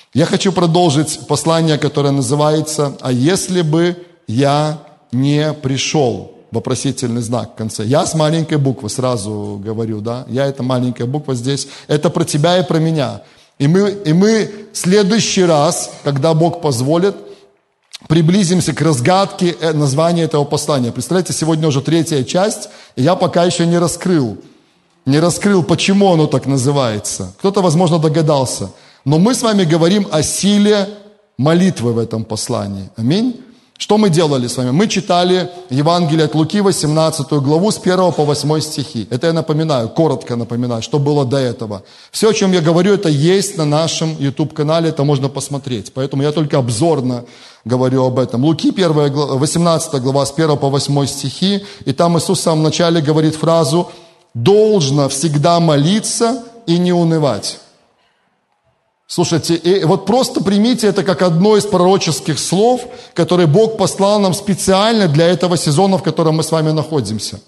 Я хочу продолжить послание, которое называется «А если бы я не пришел?» Вопросительный знак в конце. Я с маленькой буквы сразу говорю, да? Я это маленькая буква здесь. Это про тебя и про меня. И мы в следующий раз, когда Бог позволит, приблизимся к разгадке названия этого послания. Представляете, сегодня уже 3-я часть, и я пока еще не раскрыл, почему оно так называется. Кто-то, возможно, догадался. Но мы с вами говорим о силе молитвы в этом послании. Аминь. Что мы делали с вами? Мы читали Евангелие от Луки, 18 главу, с 1 по 8 стихи. Это я напоминаю, коротко напоминаю, что было до этого. Все, о чем я говорю, это есть на нашем YouTube-канале, это можно посмотреть. Поэтому я только обзорно говорю об этом. Луки, 18 глава, с 1 по 8 стихи. И там Иисус в самом начале говорит фразу «Должно всегда молиться и не унывать». Слушайте, и вот просто примите это как одно из пророческих слов, которые Бог послал нам специально для этого сезона, в котором мы с вами находимся.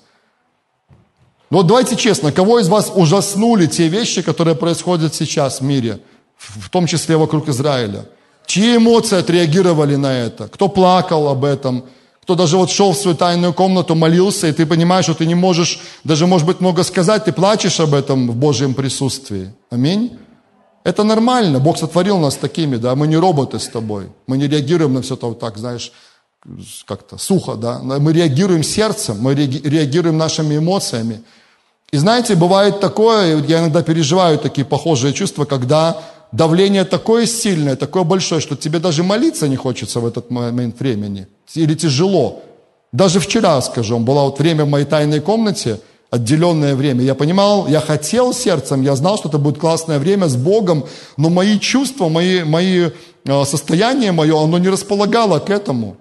Но вот давайте честно, кого из вас ужаснули те вещи, которые происходят сейчас в мире, в том числе вокруг Израиля? Чьи эмоции отреагировали на это? Кто плакал об этом? Кто даже вот шел в свою тайную комнату, молился, и ты понимаешь, что ты не можешь даже, может быть, много сказать, ты плачешь об этом в Божьем присутствии. Аминь. Это нормально, Бог сотворил нас такими, да, мы не роботы с тобой, мы не реагируем на все это вот так, знаешь, как-то сухо, да, мы реагируем сердцем, мы реагируем нашими эмоциями. И знаете, бывает такое, я иногда переживаю такие похожие чувства, когда давление такое сильное, такое большое, что тебе даже молиться не хочется в этот момент времени, или тяжело. Даже вчера, скажем, было вот время в моей тайной комнате, отделенное время. Я понимал, я хотел сердцем, я знал, что это будет классное время с Богом, но мои чувства, мои состояние мое, оно не располагало к этому.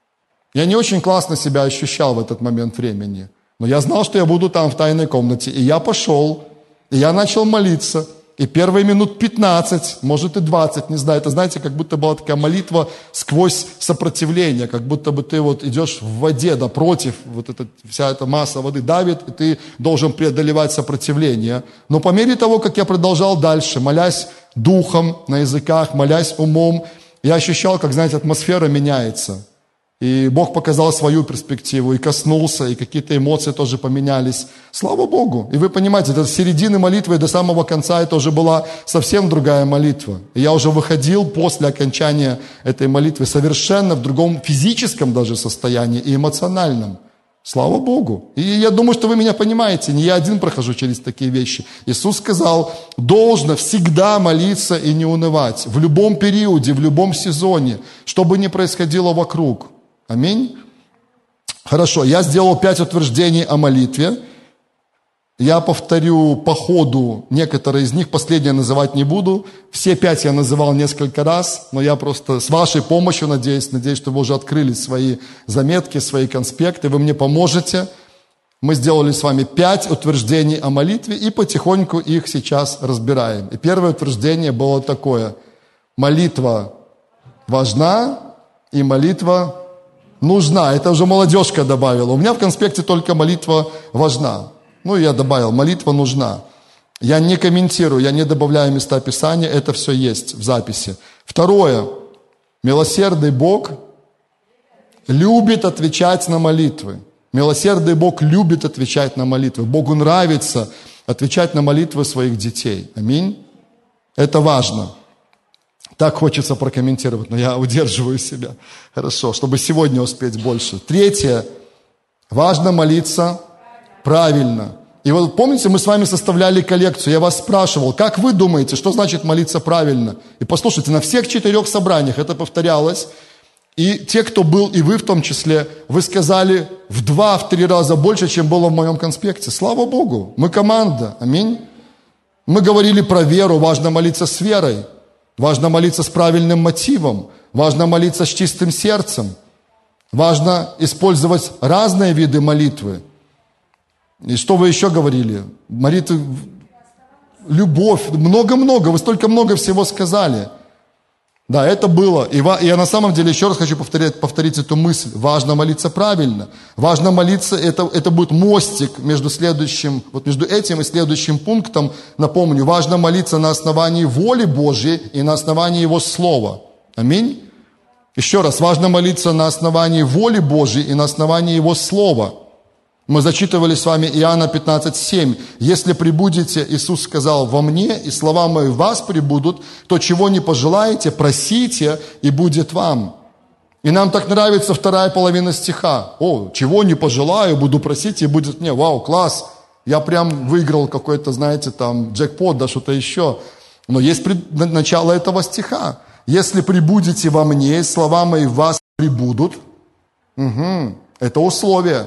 Я не очень классно себя ощущал в этот момент времени. Но я знал, что я буду там в тайной комнате. И я пошел, и я начал молиться. И первые минут 15, может и 20, не знаю, это, знаете, как будто была такая молитва сквозь сопротивление, как будто бы ты вот идешь в воде, да, против, вот вся эта масса воды давит, и ты должен преодолевать сопротивление. Но по мере того, как я продолжал дальше, молясь духом на языках, молясь умом, я ощущал, как, знаете, атмосфера меняется. И Бог показал свою перспективу, и коснулся, и какие-то эмоции тоже поменялись. Слава Богу! И вы понимаете, это с середины молитвы до самого конца это уже была совсем другая молитва. И я уже выходил после окончания этой молитвы совершенно в другом физическом даже состоянии и эмоциональном. Слава Богу! И я думаю, что вы меня понимаете, не я один прохожу через такие вещи. Иисус сказал, должно всегда молиться и не унывать, в любом периоде, в любом сезоне, что бы ни происходило вокруг. Аминь. Хорошо, я сделал 5 утверждений о молитве. Я повторю по ходу некоторые из них, последние называть не буду. Все 5 я называл несколько раз, но я просто с вашей помощью, надеюсь, что вы уже открыли свои заметки, свои конспекты, вы мне поможете. Мы сделали с вами 5 утверждений о молитве и потихоньку их сейчас разбираем. И первое утверждение было такое. Молитва важна и молитва нужна. Это уже молодежка добавила. У меня в конспекте только молитва важна. Ну, я добавил, молитва нужна. Я не комментирую, я не добавляю места Писания, это все есть в записи. Второе. Милосердный Бог любит отвечать на молитвы. Милосердный Бог любит отвечать на молитвы. Богу нравится отвечать на молитвы своих детей. Аминь. Это важно. Так хочется прокомментировать, но я удерживаю себя. Хорошо, чтобы сегодня успеть больше. Третье. Важно молиться правильно. И вот помните, мы с вами составляли коллекцию. Я вас спрашивал, как вы думаете, что значит молиться правильно? И послушайте, на всех 4 собраниях это повторялось. И те, кто был, и вы в том числе, вы сказали в 2-3 раза больше, чем было в моем конспекте. Слава Богу, мы команда. Аминь. Мы говорили про веру, важно молиться с верой. Важно молиться с правильным мотивом, важно молиться с чистым сердцем, важно использовать разные виды молитвы. И что вы еще говорили? Молитвы, любовь, много-много, вы столько много всего сказали. Да, это было. И я на самом деле еще раз хочу повторить эту мысль. Важно молиться правильно. Важно молиться, это будет мостик между этим и следующим пунктом. Напомню, важно молиться на основании воли Божьей и на основании Его Слова. Аминь. Еще раз, важно молиться на основании воли Божьей и на основании Его Слова. Мы зачитывали с вами Иоанна 15:7. «Если пребудете, Иисус сказал, во мне, и слова мои в вас пребудут, то чего не пожелаете, просите, и будет вам». И нам так нравится вторая половина стиха. Чего не пожелаю, буду просить, и будет мне. Вау, класс! Я прям выиграл какой-то, знаете, там, джекпот, да что-то еще. Но есть начало этого стиха. «Если пребудете во мне, и слова мои в вас пребудут». Это условие.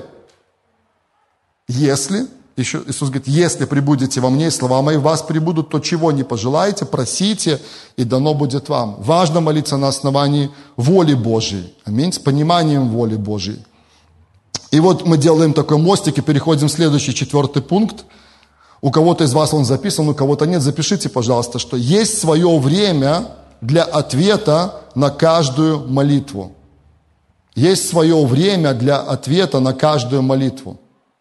Если, еще Иисус говорит, если пребудете во мне, и слова мои в вас пребудут, то чего не пожелаете, просите, и дано будет вам. Важно молиться на основании воли Божьей. Аминь, с пониманием воли Божьей. И вот мы делаем такой мостик и переходим в следующий 4 пункт. У кого-то из вас он записан, у кого-то нет. Запишите, пожалуйста, что есть свое время для ответа на каждую молитву. Есть свое время для ответа на каждую молитву.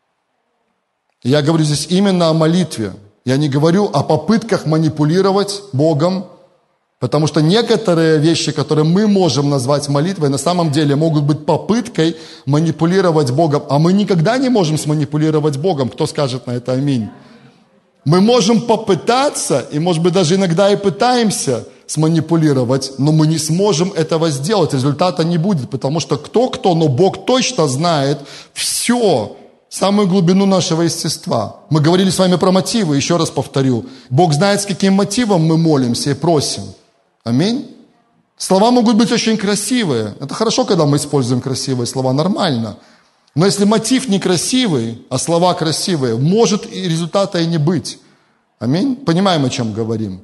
Я говорю здесь именно о молитве. Я не говорю о попытках манипулировать Богом, потому что некоторые вещи, которые мы можем назвать молитвой, на самом деле могут быть попыткой манипулировать Богом. А мы никогда не можем сманипулировать Богом. Кто скажет на это аминь? Мы можем попытаться, и может быть даже иногда и пытаемся сманипулировать, но мы не сможем этого сделать. Результата не будет, потому что кто, но Бог точно знает все, самую глубину нашего естества. Мы говорили с вами про мотивы, еще раз повторю. Бог знает, с каким мотивом мы молимся и просим. Аминь. Слова могут быть очень красивые. Это хорошо, когда мы используем красивые слова, нормально. Но если мотив некрасивый, а слова красивые, может и результата и не быть. Аминь. Понимаем, о чем говорим.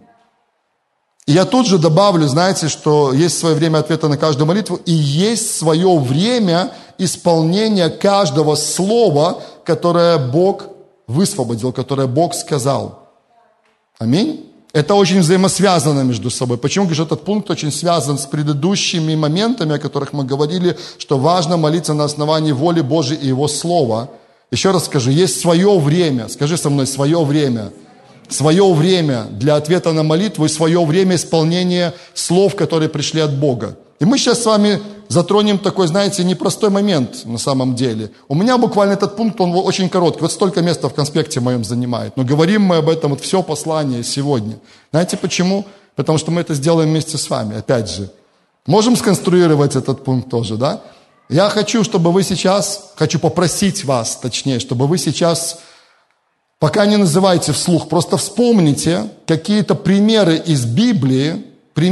И я тут же добавлю, знаете, что есть свое время ответа на каждую молитву, и есть свое время исполнения каждого слова, которое Бог высвободил, которое Бог сказал. Аминь. Это очень взаимосвязано между собой. Почему? Потому что этот пункт очень связан с предыдущими моментами, о которых мы говорили, что важно молиться на основании воли Божьей и Его Слова. Еще раз скажу, есть свое время. Скажи со мной, свое время. Свое время для ответа на молитву и свое время исполнения слов, которые пришли от Бога. И мы сейчас с вами затронем такой, знаете, непростой момент на самом деле. У меня буквально этот пункт, он очень короткий. Вот столько места в конспекте моем занимает. Но говорим мы об этом вот все послание сегодня. Знаете почему? Потому что мы это сделаем вместе с вами, опять же. Можем сконструировать этот пункт тоже, да? Я хочу, чтобы вы сейчас, хочу попросить вас, точнее, чтобы вы сейчас... Пока не называйте вслух, просто вспомните какие-то примеры из Библии,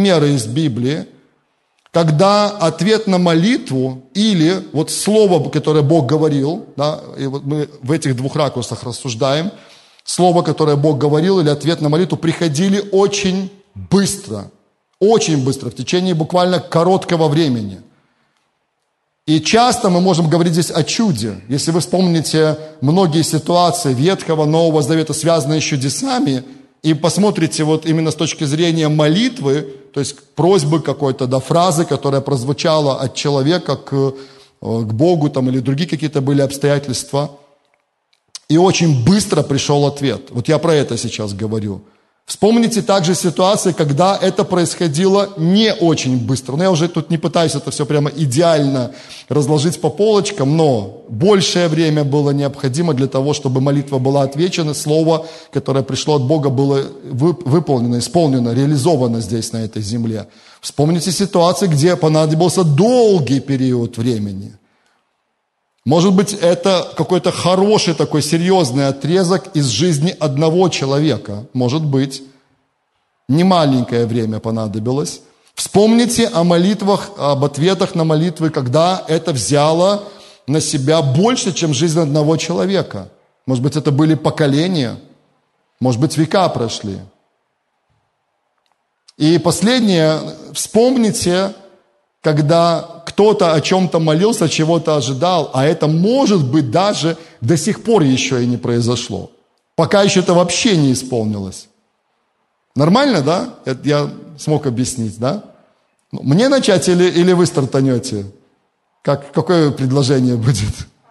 когда ответ на молитву или вот слово, которое Бог говорил, да, и вот мы в этих двух ракурсах рассуждаем, слово, которое Бог говорил, или ответ на молитву приходили очень быстро, в течение буквально короткого времени. И часто мы можем говорить здесь о чуде. Если вы вспомните многие ситуации Ветхого, Нового Завета, связанные с чудесами, и посмотрите вот именно с точки зрения молитвы, то есть просьбы какой-то, да, фразы, которая прозвучала от человека к Богу, там, или другие какие-то были обстоятельства, и очень быстро пришел ответ. Вот я про это сейчас говорю. Вспомните также ситуации, когда это происходило не очень быстро. Но я уже тут не пытаюсь это все прямо идеально разложить по полочкам, но большее время было необходимо для того, чтобы молитва была отвечена, слово, которое пришло от Бога, было выполнено, исполнено, реализовано здесь, на этой земле. Вспомните ситуации, где понадобился долгий период времени. Может быть, это какой-то хороший такой серьезный отрезок из жизни одного человека. Может быть, не маленькое время понадобилось. Вспомните о молитвах, об ответах на молитвы, когда это взяло на себя больше, чем жизнь одного человека. Может быть, это были поколения, может быть, века прошли. И последнее, вспомните, когда кто-то о чем-то молился, чего-то ожидал, а это, может быть, даже до сих пор еще и не произошло. Пока еще это вообще не исполнилось. Нормально, да? Это я смог объяснить, да? Мне начать или вы стартанете? Какое предложение будет?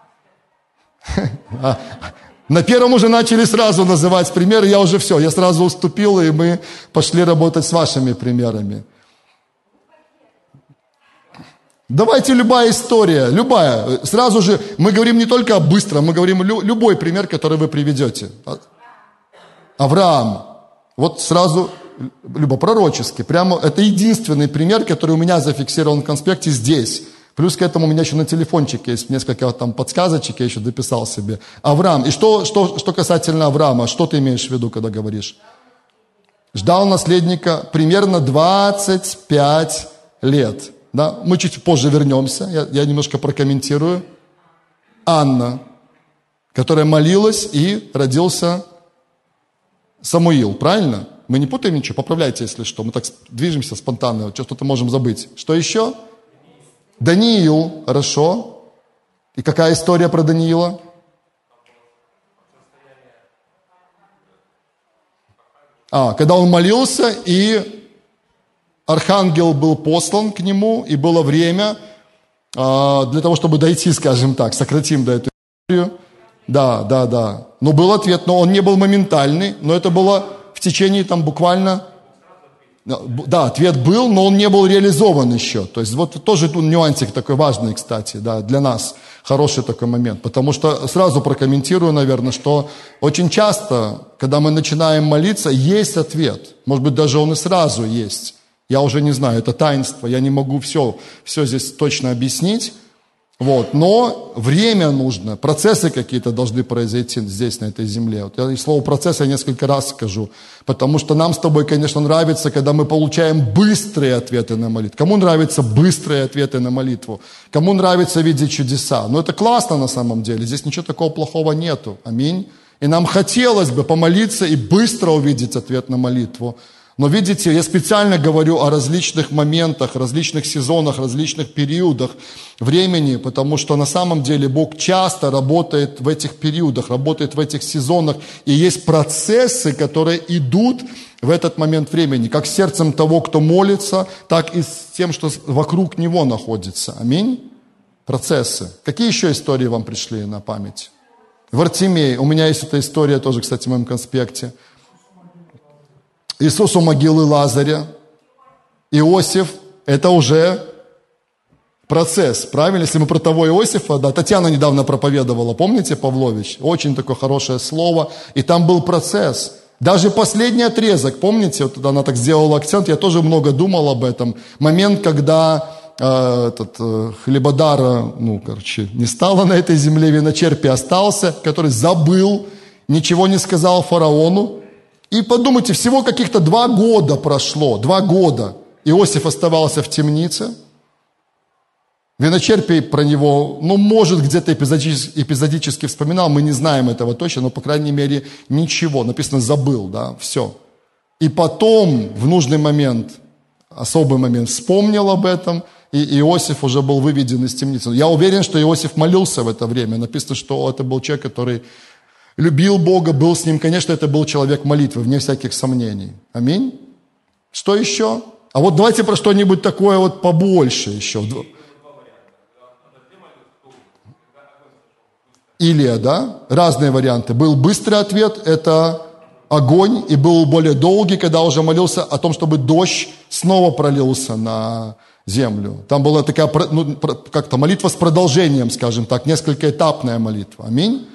На первом уже начали сразу называть примеры, я уже все, я сразу уступил, и мы пошли работать с вашими примерами. Давайте любая история, любая. Сразу же мы говорим не только о быстром, мы говорим любой пример, который вы приведете. Авраам. Вот сразу, либо пророческий. Прямо это единственный пример, который у меня зафиксирован в конспекте здесь. Плюс к этому у меня еще на телефончике есть несколько там подсказочек, я еще дописал себе. Авраам. И что касательно Авраама, что ты имеешь в виду, когда говоришь? Ждал наследника примерно 25 лет. Да? Мы чуть позже вернемся, я немножко прокомментирую. Анна, которая молилась, и родился Самуил, правильно? Мы не путаем ничего, поправляйте, если что. Мы так движемся спонтанно, что-то можем забыть. Что еще? Даниил, хорошо. И какая история про Даниила? Когда он молился, и архангел был послан к нему, и было время для того, чтобы дойти, скажем так, сократим до эту историю. Да. Но был ответ, но он не был моментальный, но это было в течение там буквально... Да, ответ был, но он не был реализован еще. То есть вот тоже тут нюансик такой важный, кстати, да, для нас хороший такой момент. Потому что сразу прокомментирую, наверное, что очень часто, когда мы начинаем молиться, есть ответ. Может быть, даже он и сразу есть. Я уже не знаю, это таинство, я не могу все здесь точно объяснить. Вот. Но время нужно, процессы какие-то должны произойти здесь, на этой земле. Вот я слово «процесс» я несколько раз скажу, потому что нам с тобой, конечно, нравится, когда мы получаем быстрые ответы на молитву. Кому нравятся быстрые ответы на молитву? Кому нравится видеть чудеса? Но это классно на самом деле, здесь ничего такого плохого нету. Аминь. И нам хотелось бы помолиться и быстро увидеть ответ на молитву. Но видите, я специально говорю о различных моментах, различных сезонах, различных периодах времени, потому что на самом деле Бог часто работает в этих периодах, работает в этих сезонах, и есть процессы, которые идут в этот момент времени, как с сердцем того, кто молится, так и с тем, что вокруг него находится. Аминь. Процессы. Какие еще истории вам пришли на память? Вартимей. У меня есть эта история тоже, кстати, в моем конспекте. Иисус у могилы Лазаря, Иосиф, это уже процесс, правильно? Если мы про того Иосифа, да, Татьяна недавно проповедовала, помните, Павлович? Очень такое хорошее слово, и там был процесс. Даже последний отрезок, помните, вот она так сделала акцент, я тоже много думал об этом. Момент, когда хлебодара, не стало на этой земле, виночерпий остался, который забыл, ничего не сказал фараону. И подумайте, всего каких-то 2 года прошло, 2 года. Иосиф оставался в темнице. Виночерпий про него, может, где-то эпизодически вспоминал, мы не знаем этого точно, но, по крайней мере, ничего. Написано, забыл, да, все. И потом, в нужный момент, особый момент, вспомнил об этом, и Иосиф уже был выведен из темницы. Я уверен, что Иосиф молился в это время. Написано, что это был человек, который любил Бога, был с ним. Конечно, это был человек молитвы, вне всяких сомнений. Аминь. Что еще? А вот давайте про что-нибудь такое вот побольше еще. Илия, да? Разные варианты. Был быстрый ответ, это огонь, и был более долгий, когда уже молился о том, чтобы дождь снова пролился на землю. Там была такая, как-то молитва с продолжением, скажем так, несколькоэтапная молитва. Аминь.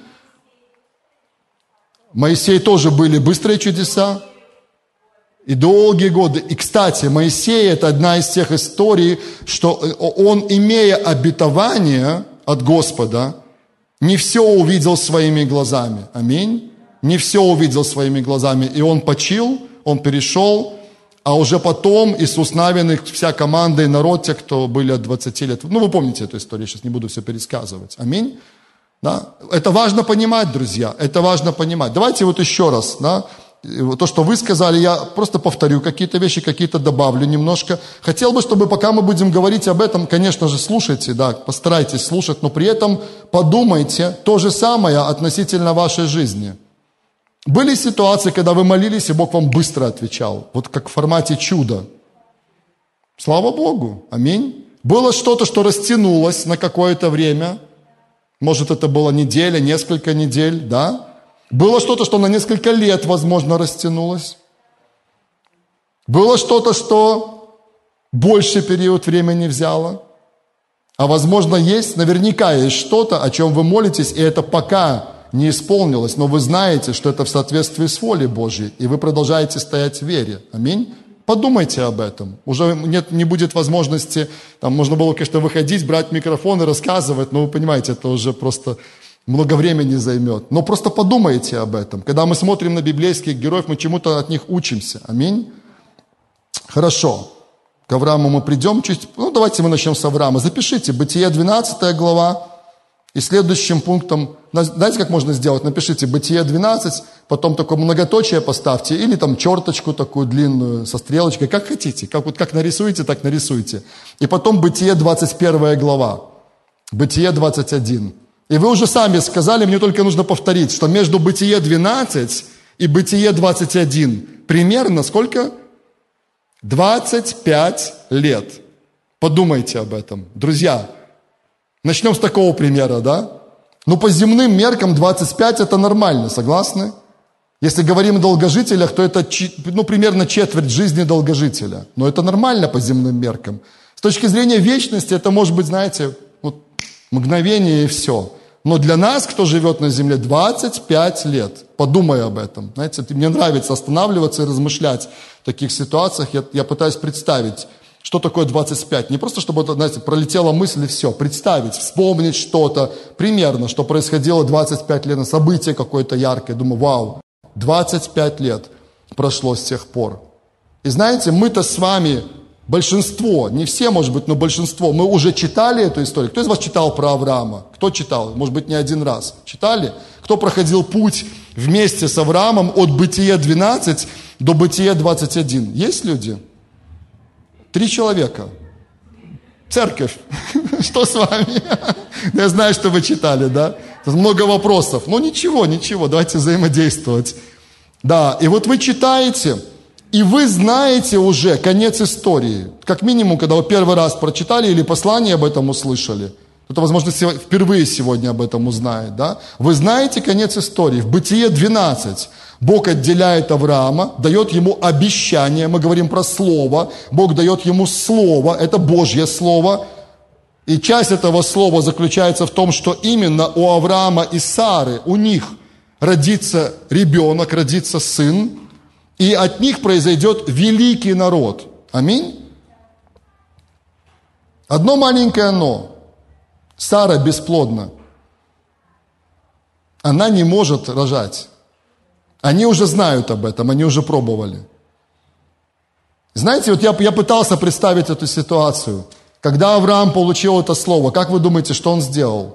Моисей тоже были быстрые чудеса и долгие годы. И, кстати, Моисей – это одна из тех историй, что он, имея обетование от Господа, не все увидел своими глазами. Аминь. Не все увидел своими глазами. И он почил, он перешел, а уже потом Иисус Навин и вся команда и народ, те, кто были от 20 лет. Вы помните эту историю, сейчас не буду все пересказывать. Аминь. Да? Это важно понимать, друзья, это важно понимать. Давайте вот еще раз, да, то, что вы сказали, я просто повторю какие-то вещи, какие-то добавлю немножко. Хотел бы, чтобы пока мы будем говорить об этом, конечно же, слушайте, да, постарайтесь слушать, но при этом подумайте то же самое относительно вашей жизни. Были ситуации, когда вы молились, и Бог вам быстро отвечал, вот как в формате чуда. Слава Богу. Аминь. Было что-то, что растянулось на какое-то время. Может, это была неделя, несколько недель, да? Было что-то, что на несколько лет, возможно, растянулось. Было что-то, что больший период времени взяло. А возможно, наверняка есть что-то, о чем вы молитесь, и это пока не исполнилось, но вы знаете, что это в соответствии с волей Божьей, и вы продолжаете стоять в вере. Аминь. Подумайте об этом. Уже не будет возможности, там можно было, конечно, выходить, брать микрофон и рассказывать, но вы понимаете, это уже просто много времени займет. Но просто подумайте об этом. Когда мы смотрим на библейских героев, мы чему-то от них учимся. Аминь. Хорошо. К Аврааму мы придем чуть... давайте мы начнем с Авраама. Запишите, Бытие 12 глава, и следующим пунктом, знаете, как можно сделать? Напишите Бытие 12, потом такое многоточие поставьте, или там черточку такую длинную со стрелочкой, как хотите. Как нарисуете, так нарисуйте. И потом Бытие 21 глава, Бытие 21. И вы уже сами сказали, мне только нужно повторить, что между Бытие 12 и Бытие 21 примерно сколько? 25 лет. Подумайте об этом. Друзья, начнем с такого примера, да? По земным меркам 25 это нормально, согласны? Если говорим о долгожителях, то это примерно четверть жизни долгожителя. Но это нормально по земным меркам. С точки зрения вечности, это может быть, знаете, мгновение и все. Но для нас, кто живет на земле, 25 лет. Подумай об этом. Знаете, мне нравится останавливаться и размышлять в таких ситуациях. Я пытаюсь представить, что такое 25. Не просто, чтобы, знаете, пролетела мысль и все. Представить, вспомнить что-то примерно, что происходило 25 лет, событие какое-то яркое. Думаю, вау, 25 лет прошло с тех пор. И знаете, мы-то с вами... Большинство, не все, может быть, но большинство, мы уже читали эту историю. Кто из вас читал про Авраама? Кто читал? Может быть, не один раз. Читали? Кто проходил путь вместе с Авраамом от Бытия 12 до Бытия 21? Есть люди? 3 человека. Церковь. Что с вами? Я знаю, что вы читали, да? Много вопросов. Но ничего, давайте взаимодействовать. Да, и вот вы читаете... И вы знаете уже конец истории. Как минимум, когда вы первый раз прочитали или послание об этом услышали. Кто-то, возможно, впервые сегодня об этом узнает. Да? Вы знаете конец истории. В Бытие 12 Бог отделяет Авраама, дает ему обещание. Мы говорим про слово. Бог дает ему слово. Это Божье слово. И часть этого слова заключается в том, что именно у Авраама и Сары, у них родится ребенок, родится сын. И от них произойдет великий народ. Аминь. Одно маленькое но. Сара бесплодна. Она не может рожать. Они уже знают об этом, они уже пробовали. Знаете, вот я пытался представить эту ситуацию. Когда Авраам получил это слово, как вы думаете, что он сделал?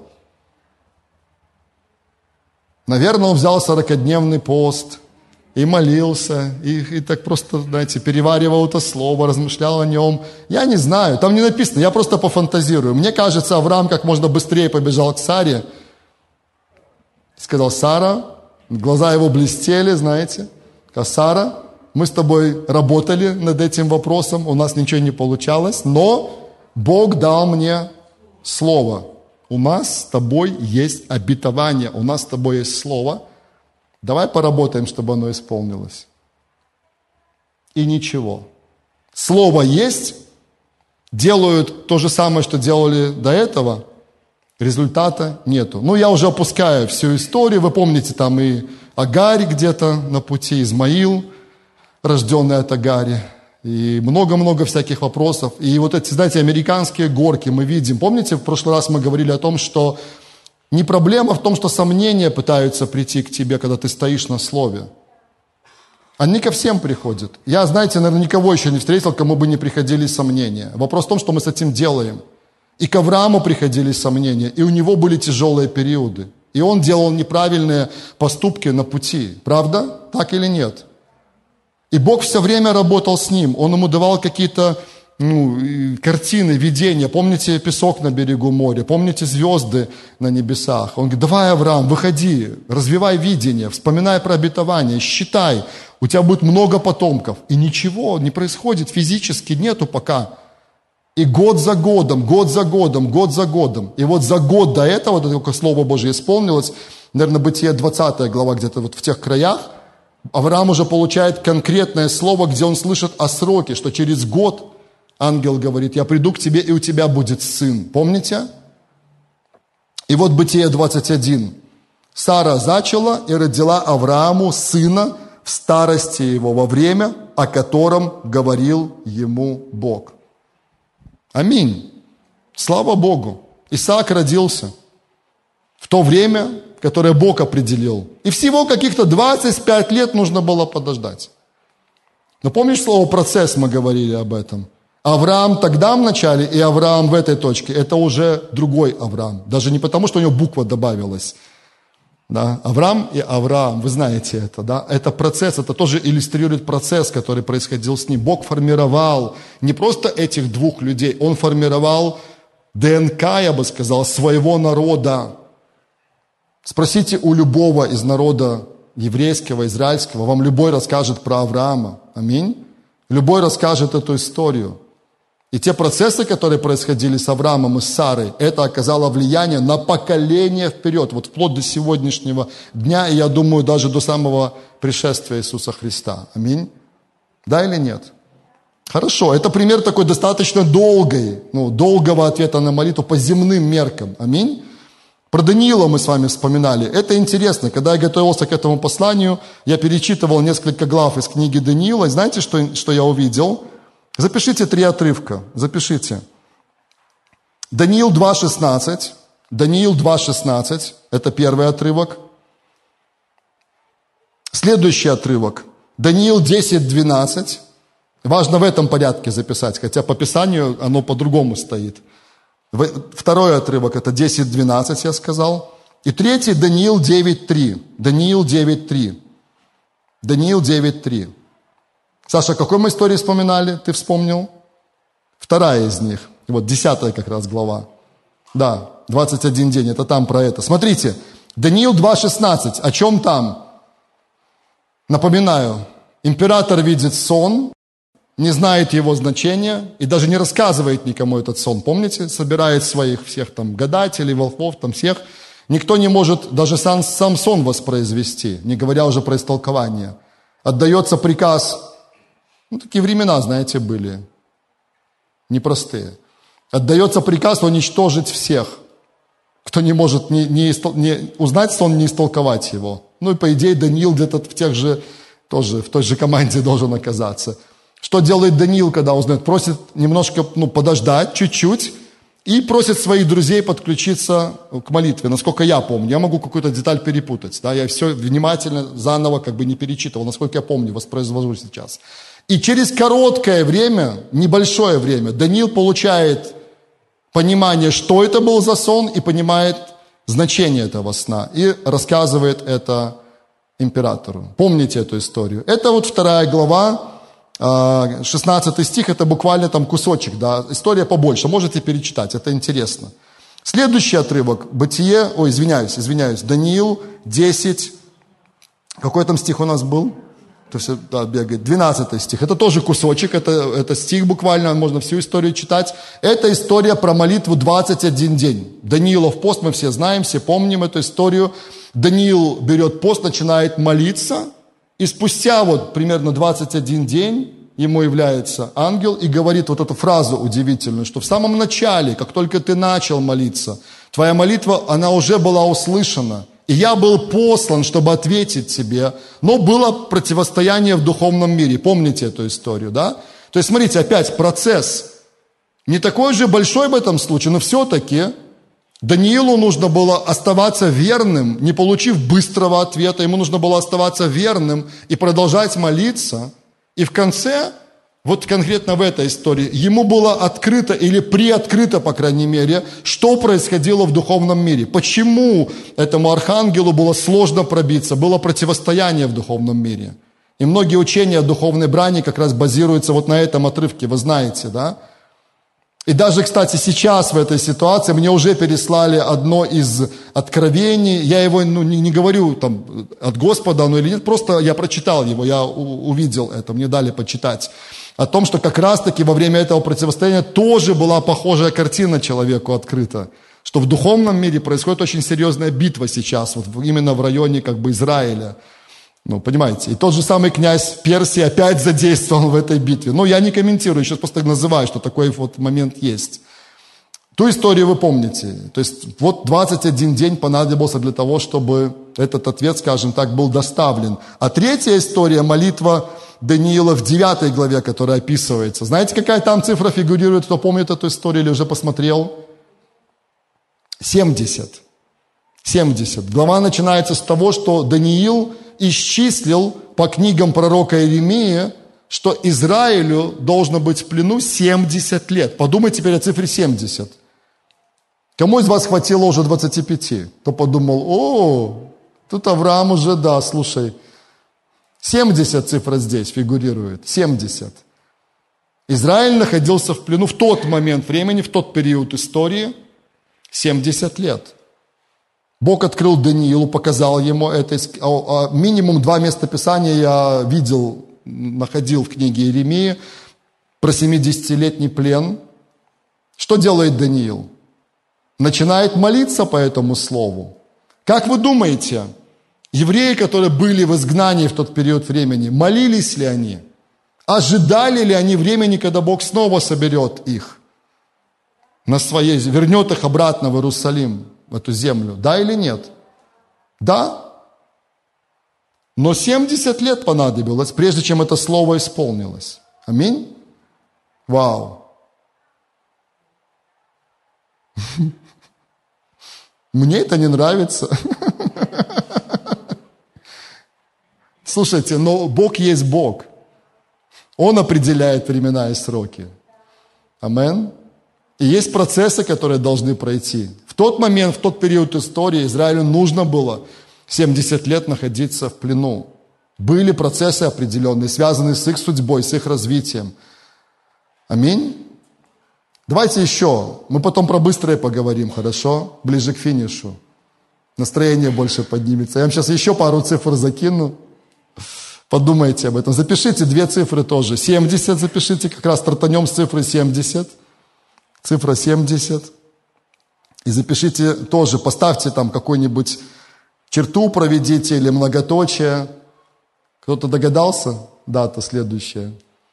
Наверное, он взял 40-дневный пост и молился, и так просто, знаете, переваривал это слово, размышлял о нем. Я не знаю, там не написано, я просто пофантазирую. Мне кажется, Авраам как можно быстрее побежал к Саре. Сказал: Сара, глаза его блестели, знаете. Сказал: Сара, мы с тобой работали над этим вопросом, у нас ничего не получалось, но Бог дал мне слово. У нас с тобой есть обетование, у нас с тобой есть слово. Давай поработаем, чтобы оно исполнилось. И ничего. Слово есть, делают то же самое, что делали до этого, результата нету. Я уже опускаю всю историю. Вы помните, там и Агарь где-то на пути, Измаил, рожденный от Агари. И много-много всяких вопросов. И вот эти, знаете, американские горки мы видим. Помните, в прошлый раз мы говорили о том, что не проблема в том, что сомнения пытаются прийти к тебе, когда ты стоишь на слове. Они ко всем приходят. Я, знаете, наверное, никого еще не встретил, кому бы не приходили сомнения. Вопрос в том, что мы с этим делаем. И к Аврааму приходили сомнения, и у него были тяжелые периоды. И он делал неправильные поступки на пути. Правда? Так или нет? И Бог все время работал с ним. Он ему давал какие-то картины, видения. Помните песок на берегу моря? Помните звезды на небесах? Он говорит: давай, Авраам, выходи, развивай видение, вспоминай про обетование, считай. У тебя будет много потомков. И ничего не происходит физически, нету пока. И год за годом, год за годом, год за годом. И вот за год до этого, только Слово Божье исполнилось, наверное, Бытие 20 глава, где-то вот в тех краях, Авраам уже получает конкретное слово, где он слышит о сроке, что через год ангел говорит: я приду к тебе, и у тебя будет сын. Помните? И вот Бытие 21. Сара зачала и родила Аврааму сына в старости его, во время, о котором говорил ему Бог. Аминь. Слава Богу. Исаак родился в то время, которое Бог определил. И всего каких-то 25 лет нужно было подождать. Но помнишь слово «процесс», мы говорили об этом? Авраам тогда в начале и Авраам в этой точке. Это уже другой Авраам. Даже не потому, что у него буква добавилась. Да? Авраам и Авраам, вы знаете это, да? Это процесс, это тоже иллюстрирует процесс, который происходил с ним. Бог формировал не просто этих двух людей, Он формировал ДНК, я бы сказал, своего народа. Спросите у любого из народа еврейского, израильского, вам любой расскажет про Авраама. Аминь. Любой расскажет эту историю. И те процессы, которые происходили с Авраамом и с Сарой, это оказало влияние на поколение вперед, вот вплоть до сегодняшнего дня, и я думаю, даже до самого пришествия Иисуса Христа. Аминь. Да или нет? Хорошо, это пример такой достаточно долгого ответа на молитву по земным меркам. Аминь. Про Даниила мы с вами вспоминали. Это интересно. Когда я готовился к этому посланию, я перечитывал несколько глав из книги Даниила. И знаете, что я увидел? Запишите 3 отрывка. Запишите. Даниил 2.16. Даниил 2.16. Это первый отрывок. Следующий отрывок. Даниил 10.12. Важно в этом порядке записать, хотя по Писанию оно по-другому стоит. Второй отрывок, это 10.12, я сказал. И третий, Даниил 9.3. Даниил 9.3. Даниил 9.3. Саша, какой мы истории вспоминали? Ты вспомнил? Вторая из них. Вот 10 как раз глава. Да, 21 день, это там про это. Смотрите, Даниил 2.16. О чем там? Напоминаю, император видит сон, не знает его значения и даже не рассказывает никому этот сон. Помните? Собирает своих всех там гадателей, волхвов, там всех. Никто не может даже сам сон воспроизвести, не говоря уже про истолкование. Отдается приказ, такие времена, знаете, были, непростые. Отдается приказ уничтожить всех, кто не может не узнать сон, не истолковать его. Ну и по идее Даниил где-то в той же команде должен оказаться. Что делает Даниил, когда узнает? Просит немножко подождать, чуть-чуть, и просит своих друзей подключиться к молитве. Насколько я помню, я могу какую-то деталь перепутать. Да? Я все внимательно заново не перечитывал, насколько я помню, воспроизвожу сейчас. И через короткое время, небольшое время, Даниил получает понимание, что это был за сон, и понимает значение этого сна, и рассказывает это императору. Помните эту историю? Это вот 2 глава, 16 стих, это буквально там кусочек, да, история побольше, можете перечитать, это интересно. Следующий отрывок, Даниил 10, какой там стих у нас был? Это все, да, бегает, 12 стих, это тоже кусочек, это стих буквально, можно всю историю читать. Это история про молитву 21 день. Даниилов пост, мы все знаем, все помним эту историю. Даниил берет пост, начинает молиться, и спустя примерно 21 день ему является ангел и говорит вот эту фразу удивительную, что в самом начале, как только ты начал молиться, твоя молитва, она уже была услышана. И я был послан, чтобы ответить тебе, но было противостояние в духовном мире. Помните эту историю, да? То есть, смотрите, опять процесс. Не такой же большой в этом случае, но все-таки Даниилу нужно было оставаться верным, не получив быстрого ответа, ему нужно было оставаться верным и продолжать молиться. И в конце, вот конкретно в этой истории, ему было открыто или приоткрыто, по крайней мере, что происходило в духовном мире. Почему этому архангелу было сложно пробиться, было противостояние в духовном мире. И многие учения о духовной брани как раз базируются вот на этом отрывке, вы знаете, да? И даже, кстати, сейчас в этой ситуации мне уже переслали одно из откровений. Я его не говорю там от Господа оно или нет, просто я прочитал его, я увидел это, мне дали почитать. о том, что как раз-таки во время этого противостояния тоже была похожая картина человеку открыта, что в духовном мире происходит очень серьезная битва сейчас, вот именно в районе как бы Израиля. Ну, понимаете, и тот же самый князь Персии опять задействован в этой битве. Но я не комментирую, сейчас просто называю, что такой вот момент есть. Ту историю вы помните. То есть вот 21 день понадобился для того, чтобы этот ответ, скажем так, был доставлен. А третья история, молитва Даниила в 9 главе, которая описывается. Знаете, какая там цифра фигурирует? Кто помнит эту историю или уже посмотрел? 70. 70. Глава начинается с того, что Даниил исчислил по книгам пророка Иеремии, что Израилю должно быть в плену 70 лет. Подумай теперь о цифре 70. Кому из вас хватило уже 25? Кто подумал, тут Авраам уже, да, слушай, 70 цифра здесь фигурирует, 70. Израиль находился в плену в тот момент времени, в тот период истории, 70 лет. Бог открыл Даниилу, показал ему это. Минимум 2 местописания я видел, находил в книге Иеремии про 70-летний плен. Что делает Даниил? Начинает молиться по этому слову. Как вы думаете, евреи, которые были в изгнании в тот период времени, молились ли они? Ожидали ли они времени, когда Бог снова соберет их на своей, вернет их обратно в Иерусалим, в эту землю? Да или нет? Да. Но 70 лет понадобилось, прежде чем это слово исполнилось. Аминь? Вау. Мне это не нравится. Слушайте, но Бог есть Бог. Он определяет времена и сроки. Амин. И есть процессы, которые должны пройти. В тот момент, в тот период истории Израилю нужно было 70 лет находиться в плену. Были процессы определенные, связанные с их судьбой, с их развитием. Аминь. Давайте еще. Мы потом про быстрое поговорим, хорошо? Ближе к финишу. Настроение больше поднимется. Я вам сейчас еще пару цифр закину. Подумайте об этом. Запишите 2 цифры тоже. 70 запишите, как раз стартанем с цифры 70. Цифра 70. И запишите тоже, поставьте там какую-нибудь черту, проведите или многоточие. Кто-то догадался? Дата следующая.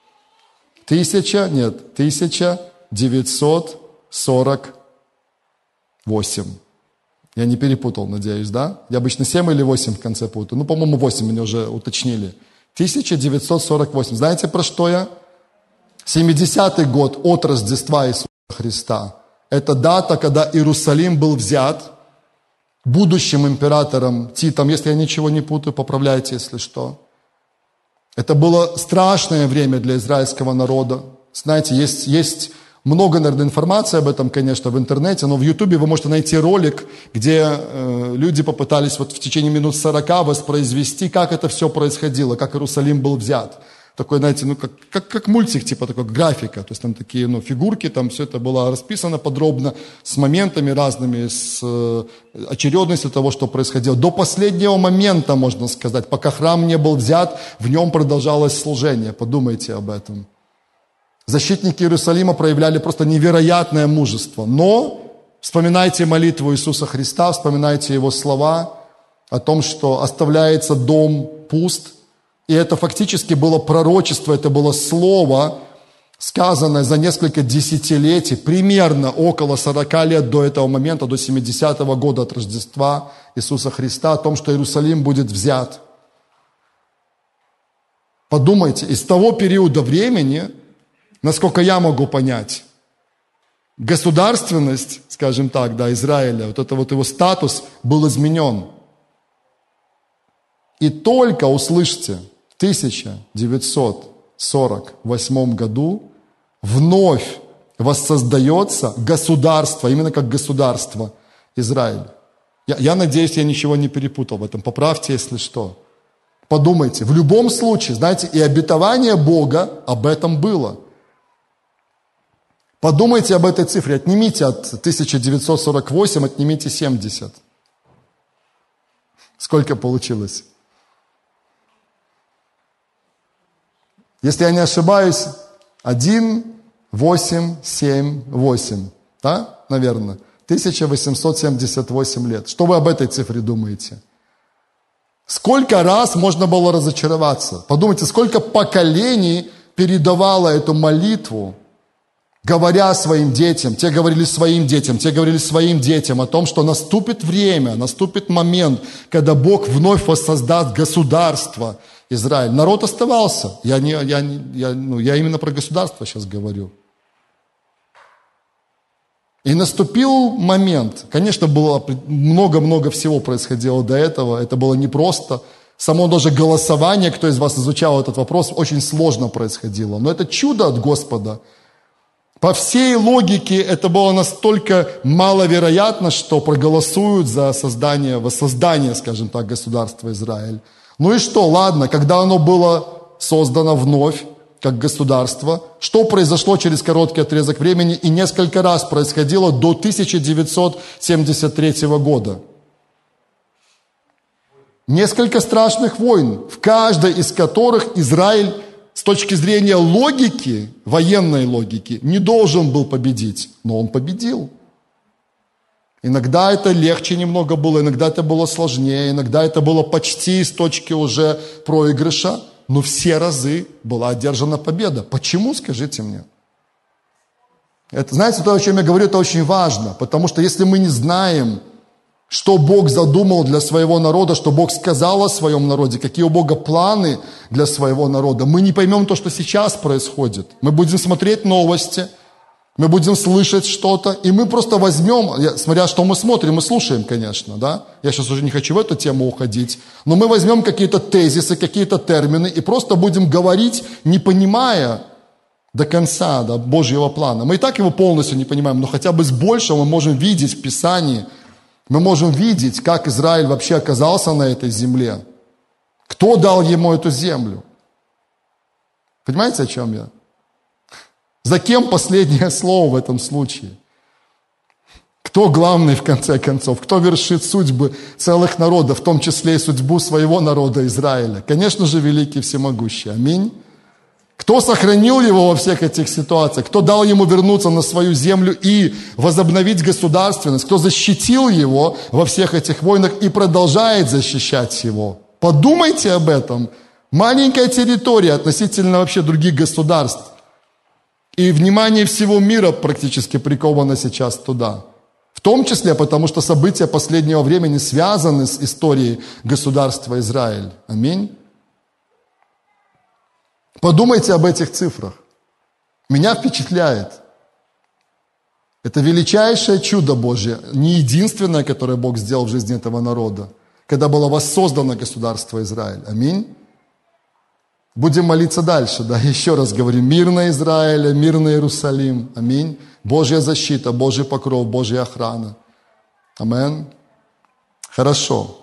1948. Я не перепутал, надеюсь, да? Я обычно 7 или 8 в конце путаю. Ну, по-моему, 8 меня уже уточнили. 1948. Знаете, про что я? 70-й год от Рождества Иисуса Христа. Это дата, когда Иерусалим был взят будущим императором Титом. Если я ничего не путаю, поправляйте, если что. Это было страшное время для израильского народа. Знаете, есть много, наверное, информации об этом, конечно, в интернете, но в Ютубе вы можете найти ролик, где люди попытались вот в течение минут 40 воспроизвести, как это все происходило, как Иерусалим был взят. Такой, знаете, ну как мультик, типа такой графика, то есть там такие фигурки, там все это было расписано подробно, с моментами разными, с очередностью того, что происходило. До последнего момента, можно сказать, пока храм не был взят, в нем продолжалось служение. Подумайте об этом. Защитники Иерусалима проявляли просто невероятное мужество. Но вспоминайте молитву Иисуса Христа, вспоминайте Его слова о том, что оставляется дом пуст. И это фактически было пророчество, это было слово, сказанное за несколько десятилетий, примерно около 40 лет до этого момента, до 70-го года от Рождества Иисуса Христа, о том, что Иерусалим будет взят. Подумайте, из того периода времени, насколько я могу понять, государственность, скажем так, да, Израиля, вот это вот его статус был изменен. И только, услышьте, в 1948 году вновь воссоздается государство, именно как государство Израиль. Я надеюсь, я ничего не перепутал в этом. Поправьте, если что. Подумайте, в любом случае, знаете, и обетование Бога об этом было. Подумайте об этой цифре, отнимите от 1948, отнимите 70. Сколько получилось? Если я не ошибаюсь, 1878. Да, наверное. 1878 лет. Что вы об этой цифре думаете? Сколько раз можно было разочароваться? Подумайте, сколько поколений передавало эту молитву, говоря своим детям, те говорили своим детям, те говорили своим детям о том, что наступит время, наступит момент, когда Бог вновь воссоздаст государство Израиль. Народ оставался. Я именно про государство сейчас говорю. И наступил момент, конечно, было много-много всего происходило до этого, это было непросто. Само даже голосование, кто из вас изучал этот вопрос, очень сложно происходило. Но это чудо от Господа. По всей логике это было настолько маловероятно, что проголосуют за воссоздание, скажем так, государства Израиль. Ну и что, ладно, когда оно было создано вновь, как государство, что произошло через короткий отрезок времени и несколько раз происходило до 1973 года. Несколько страшных войн, в каждой из которых Израиль с точки зрения логики, военной логики, не должен был победить, но он победил. Иногда это легче немного было, иногда это было сложнее, иногда это было почти с точки уже проигрыша, но все разы была одержана победа. Почему, скажите мне? Это, знаете, то, о чем я говорю, это очень важно, потому что если мы не знаем, что Бог задумал для своего народа, что Бог сказал о своем народе, какие у Бога планы для своего народа, мы не поймем то, что сейчас происходит. Мы будем смотреть новости, мы будем слышать что-то, и мы просто возьмем, смотря что мы смотрим, мы слушаем, конечно, да? Я сейчас уже не хочу в эту тему уходить, но мы возьмем какие-то тезисы, какие-то термины и просто будем говорить, не понимая до конца, да, Божьего плана. Мы и так его полностью не понимаем, но хотя бы с большего мы можем видеть в Писании, мы можем видеть, как Израиль вообще оказался на этой земле. Кто дал ему эту землю? Понимаете, о чем я? За кем последнее слово в этом случае? Кто главный в конце концов? Кто вершит судьбы целых народов, в том числе и судьбу своего народа Израиля? Конечно же, великий всемогущий. Аминь. Кто сохранил его во всех этих ситуациях? Кто дал ему вернуться на свою землю и возобновить государственность? Кто защитил его во всех этих войнах и продолжает защищать его? Подумайте об этом. Маленькая территория относительно вообще других государств. И внимание всего мира практически приковано сейчас туда. В том числе потому, что события последнего времени связаны с историей государства Израиль. Аминь. Подумайте об этих цифрах. Меня впечатляет. Это величайшее чудо Божье, не единственное, которое Бог сделал в жизни этого народа, когда было воссоздано государство Израиль. Аминь. Будем молиться дальше, да, еще раз говорим, мир на Израиле, мир на Иерусалим, аминь, Божья защита, Божий покров, Божья охрана, аминь. Хорошо.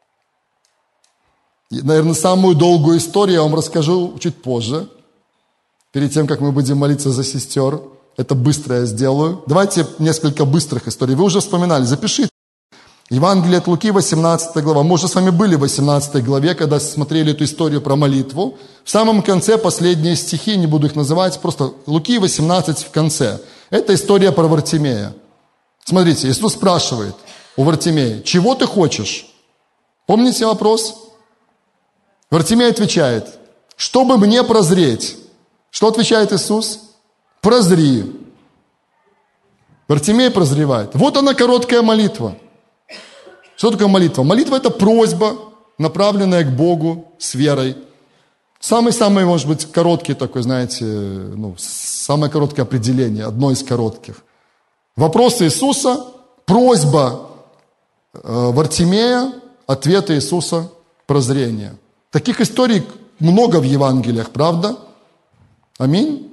Наверное, самую долгую историю я вам расскажу чуть позже, перед тем, как мы будем молиться за сестер, это быстро я сделаю. Давайте несколько быстрых историй, вы уже вспоминали, запишите. Евангелие от Луки, 18 глава. Мы уже с вами были в 18 главе, когда смотрели эту историю про молитву. В самом конце последние стихи, не буду их называть, просто Луки 18 в конце. Это история про Вартимея. Смотрите, Иисус спрашивает у Вартимея, чего ты хочешь? Помните вопрос? Вартимей отвечает, чтобы мне прозреть. Что отвечает Иисус? Прозри. Вартимей прозревает. Вот она короткая молитва. Что такое молитва? Молитва – это просьба, направленная к Богу с верой. Самый, может быть, короткий такой, знаете, самое короткое определение, одно из коротких. Вопрос Иисуса, просьба Вартимея, ответ Иисуса, прозрение. Таких историй много в Евангелиях, правда? Аминь.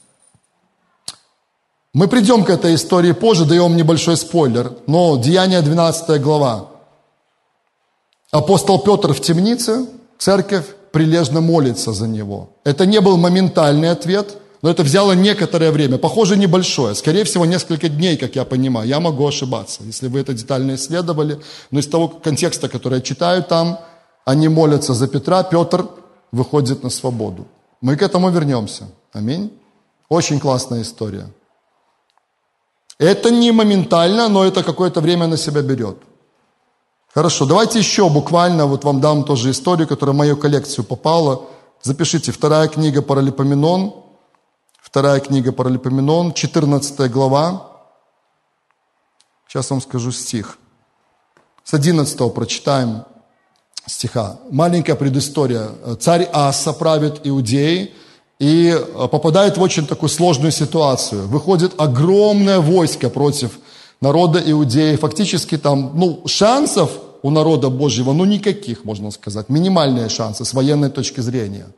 Мы придем к этой истории позже, даем небольшой спойлер, но Деяния 12 глава. Апостол Петр в темнице, церковь прилежно молится за него. Это не был моментальный ответ, но это взяло некоторое время, похоже, небольшое, скорее всего, несколько дней, как я понимаю. Я могу ошибаться, если вы это детально исследовали, но из того контекста, который я читаю там, они молятся за Петра, Петр выходит на свободу. Мы к этому вернемся. Аминь. Очень классная история. Это не моментально, но это какое-то время на себя берет. Хорошо, давайте еще буквально, вот вам дам тоже историю, которая в мою коллекцию попала. Запишите, 2 книга Паралипоменон, 14 глава. Сейчас вам скажу стих. С 11 прочитаем стиха. Маленькая предыстория. Царь Аса правит Иудеей и попадает в очень такую сложную ситуацию. Выходит огромное войско против народа Иудеи. Фактически там, шансов у народа Божьего, никаких, можно сказать. Минимальные шансы с военной точки зрения.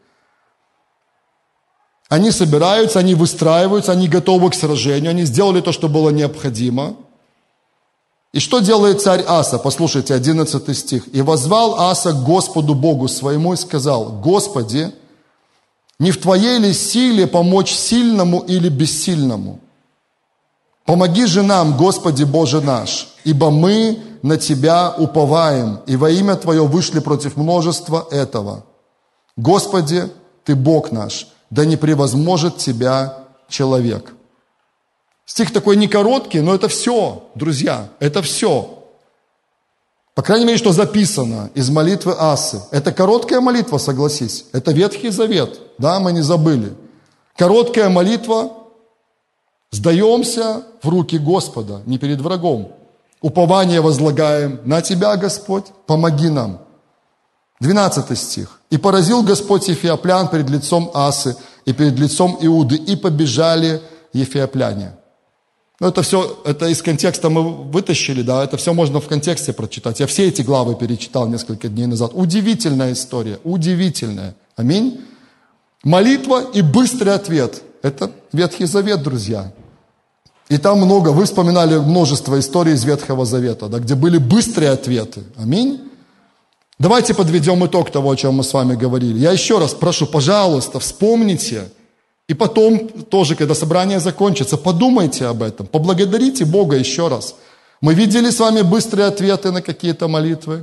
Они собираются, они выстраиваются, они готовы к сражению, они сделали то, что было необходимо. И что делает царь Аса? Послушайте, 11 стих. «И воззвал Аса к Господу Богу своему и сказал: Господи, не в Твоей ли силе помочь сильному или бессильному? Помоги же нам, Господи Боже наш, ибо мы на Тебя уповаем, и во имя Твое вышли против множества этого. Господи, Ты Бог наш, да не превозможет Тебя человек». Стих такой не короткий, но это все, друзья, это все. По крайней мере, что записано из молитвы Асы. Это короткая молитва, согласись. Это Ветхий Завет, да, мы не забыли. Короткая молитва, сдаемся в руки Господа, не перед врагом. Упование возлагаем на Тебя, Господь, помоги нам. 12 стих. «И поразил Господь ефиоплян перед лицом Асы и перед лицом Иуды, и побежали ефиопляне». Это все, это из контекста мы вытащили, да, это все можно в контексте прочитать. Я все эти главы перечитал несколько дней назад. Удивительная история, удивительная. Аминь. Молитва и быстрый ответ. Это Ветхий Завет, друзья. И там много, вы вспоминали множество историй из Ветхого Завета, да, где были быстрые ответы. Аминь. Давайте подведем итог того, о чем мы с вами говорили. Я еще раз прошу, пожалуйста, вспомните. И потом тоже, когда собрание закончится, подумайте об этом, поблагодарите Бога еще раз. Мы видели с вами быстрые ответы на какие-то молитвы.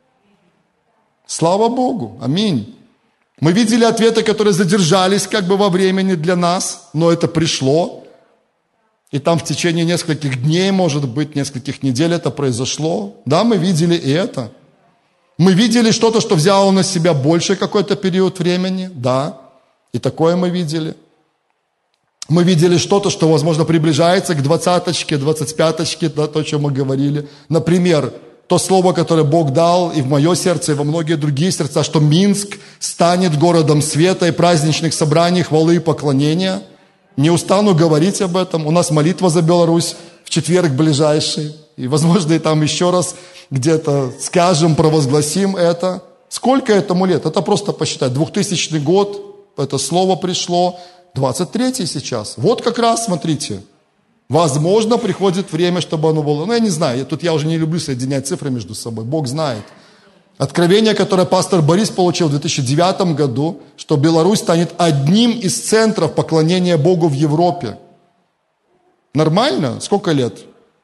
Слава Богу, аминь. Мы видели ответы, которые задержались как бы во времени для нас, но это пришло. И там в течение нескольких дней, может быть, нескольких недель это произошло. Да, мы видели и это. Мы видели что-то, что взяло на себя больше какой-то период времени. Да, и такое мы видели. Мы видели что-то, что, возможно, приближается к 20-очке, 25-очке, да, то, о чем мы говорили. Например, то слово, которое Бог дал и в мое сердце, и во многие другие сердца, что Минск станет городом света и праздничных собраний, хвалы и поклонения. Не устану говорить об этом. У нас молитва за Беларусь в четверг ближайший. И, возможно, и там еще раз где-то скажем, провозгласим это. Сколько этому лет? Это просто посчитать. 2000 год, это слово пришло. 23-й сейчас. Вот как раз, смотрите, возможно, приходит время, чтобы оно было. Я не знаю, я уже не люблю соединять цифры между собой. Бог знает. Откровение, которое пастор Борис получил в 2009 году, что Беларусь станет одним из центров поклонения Богу в Европе. Нормально? Сколько лет?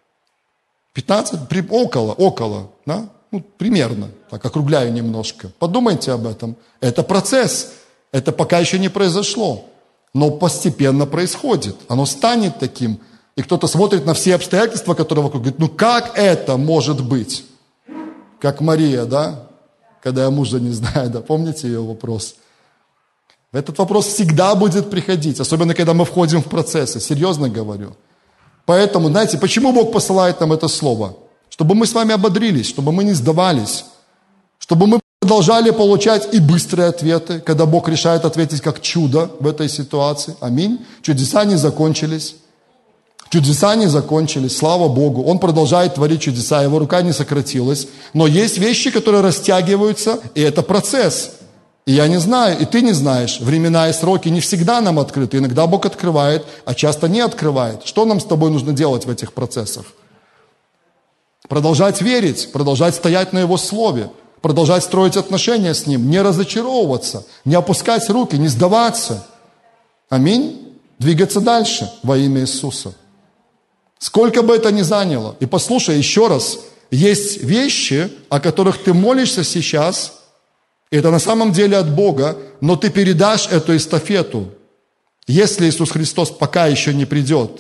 15? Около, да? Примерно. Так, округляю немножко. Подумайте об этом. Это процесс. Это пока еще не произошло. Но постепенно происходит. Оно станет таким. И кто-то смотрит на все обстоятельства, которые вокруг, говорит, как это может быть? Как Мария, да? Когда я мужа не знаю, да? Помните ее вопрос? Этот вопрос всегда будет приходить. Особенно, когда мы входим в процессы. Серьезно говорю. Поэтому, знаете, почему Бог посылает нам это слово? Чтобы мы с вами ободрились, чтобы мы не сдавались. Чтобы мы продолжали получать и быстрые ответы, когда Бог решает ответить как чудо в этой ситуации. Аминь. Чудеса не закончились. Чудеса не закончились, слава Богу. Он продолжает творить чудеса, его рука не сократилась. Но есть вещи, которые растягиваются, и это процесс. И я не знаю, и ты не знаешь. Времена и сроки не всегда нам открыты. Иногда Бог открывает, а часто не открывает. Что нам с тобой нужно делать в этих процессах? Продолжать верить, продолжать стоять на Его Слове. Продолжать строить отношения с Ним, не разочаровываться, не опускать руки, не сдаваться. Аминь. Двигаться дальше во имя Иисуса. Сколько бы это ни заняло. И послушай еще раз, есть вещи, о которых ты молишься сейчас, и это на самом деле от Бога, но ты передашь эту эстафету. Если Иисус Христос пока еще не придет,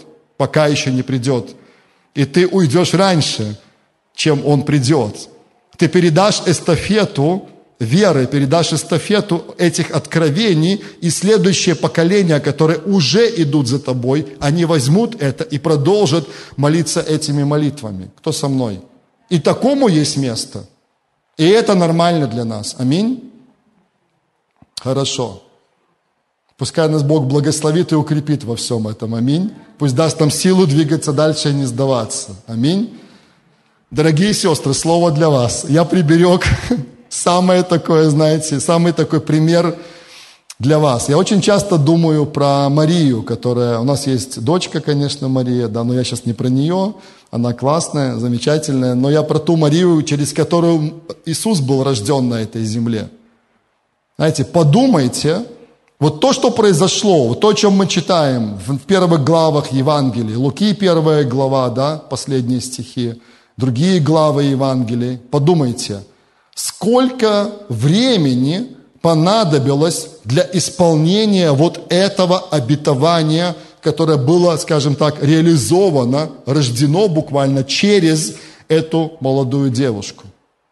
и ты уйдешь раньше, чем Он придет, ты передашь эстафету веры, передашь эстафету этих откровений, и следующее поколение, которые уже идут за тобой, они возьмут это и продолжат молиться этими молитвами. Кто со мной? И такому есть место. И это нормально для нас. Аминь? Хорошо. Пускай нас Бог благословит и укрепит во всем этом. Аминь. Пусть даст нам силу двигаться дальше и не сдаваться. Аминь. Дорогие сестры, слово для вас. Я приберег самый такой пример для вас. Я очень часто думаю про Марию, которая... У нас есть дочка, конечно, Мария, да, но я сейчас не про нее. Она классная, замечательная. Но я про ту Марию, через которую Иисус был рожден на этой земле. Знаете, подумайте, вот то, что произошло, вот то, о чем мы читаем в первых главах Евангелия, Луки 1 глава, да, последние стихи, другие главы Евангелия, подумайте, сколько времени понадобилось для исполнения вот этого обетования, которое было, скажем так, реализовано, рождено буквально через эту молодую девушку.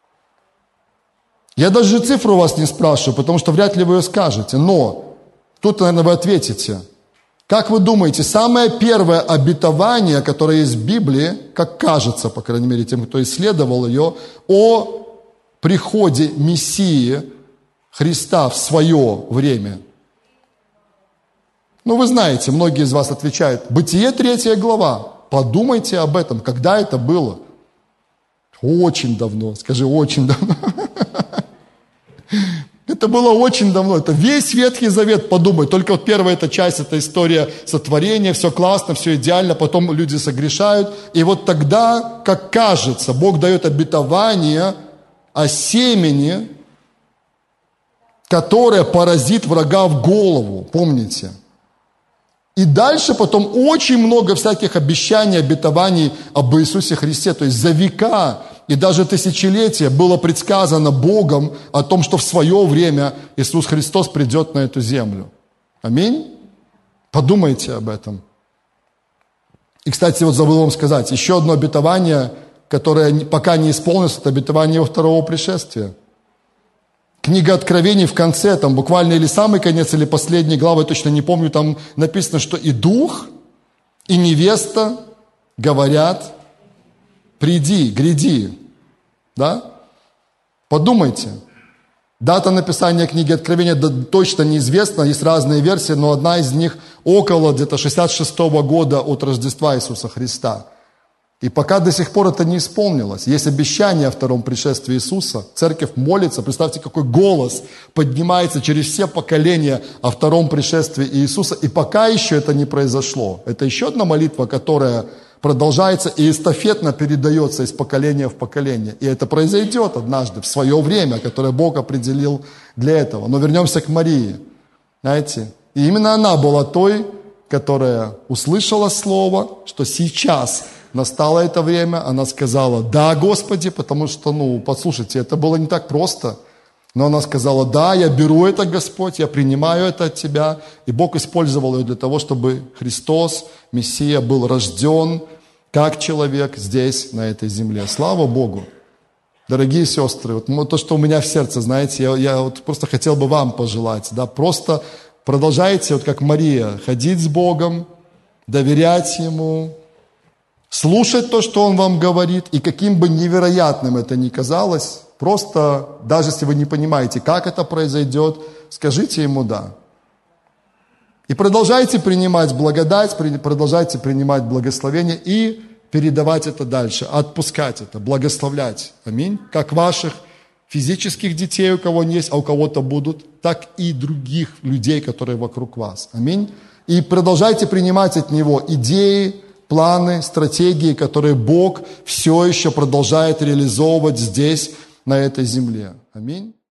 Я даже цифру вас не спрашиваю, потому что вряд ли вы ее скажете, но тут, наверное, вы ответите. Как вы думаете, самое первое обетование, которое есть в Библии, как кажется, по крайней мере, тем, кто исследовал ее, о приходе Мессии Христа в свое время? Ну, вы знаете, многие из вас отвечают, Бытие 3 глава. Подумайте об этом, когда это было. Очень давно, скажи, очень давно. Это было очень давно, это весь Ветхий Завет, подумай, только вот первая эта часть, это история сотворения, все классно, все идеально, потом люди согрешают, и вот тогда, как кажется, Бог дает обетование о семени, которое поразит врага в голову, помните? И дальше потом очень много всяких обещаний, обетований об Иисусе Христе, то есть за века и даже тысячелетия было предсказано Богом о том, что в свое время Иисус Христос придет на эту землю. Аминь? Подумайте об этом. И, кстати, вот забыл вам сказать, еще одно обетование, которое пока не исполнилось, это обетование Его второго пришествия. Книга Откровений в конце, там буквально или самый конец, или последние главы, точно не помню, там написано, что и дух, и невеста говорят, приди, гряди. Да? Подумайте. Дата написания книги Откровения точно неизвестна, есть разные версии, но одна из них около где-то 66-го года от Рождества Иисуса Христа. И пока до сих пор это не исполнилось. Есть обещание о втором пришествии Иисуса. Церковь молится. Представьте, какой голос поднимается через все поколения о втором пришествии Иисуса. И пока еще это не произошло. Это еще одна молитва, которая продолжается и эстафетно передается из поколения в поколение. И это произойдет однажды в свое время, которое Бог определил для этого. Но вернемся к Марии. Знаете, и именно она была той, которая услышала слово, что сейчас настало это время, она сказала, да, Господи, потому что, послушайте, это было не так просто. Но она сказала, да, я беру это, Господь, я принимаю это от Тебя. И Бог использовал ее для того, чтобы Христос, Мессия, был рожден как человек здесь, на этой земле. Слава Богу! Дорогие сестры, вот то, что у меня в сердце, знаете, я вот просто хотел бы вам пожелать, да, просто продолжайте, вот как Мария, ходить с Богом, доверять Ему, слушать то, что Он вам говорит, и каким бы невероятным это ни казалось, просто, даже если вы не понимаете, как это произойдет, скажите Ему «да». И продолжайте принимать благодать, продолжайте принимать благословение и передавать это дальше, отпускать это, благословлять. Аминь. Как ваших физических детей, у кого есть, а у кого-то будут, так и других людей, которые вокруг вас. Аминь. И продолжайте принимать от Него идеи, планы, стратегии, которые Бог все еще продолжает реализовывать здесь, на этой земле. Аминь.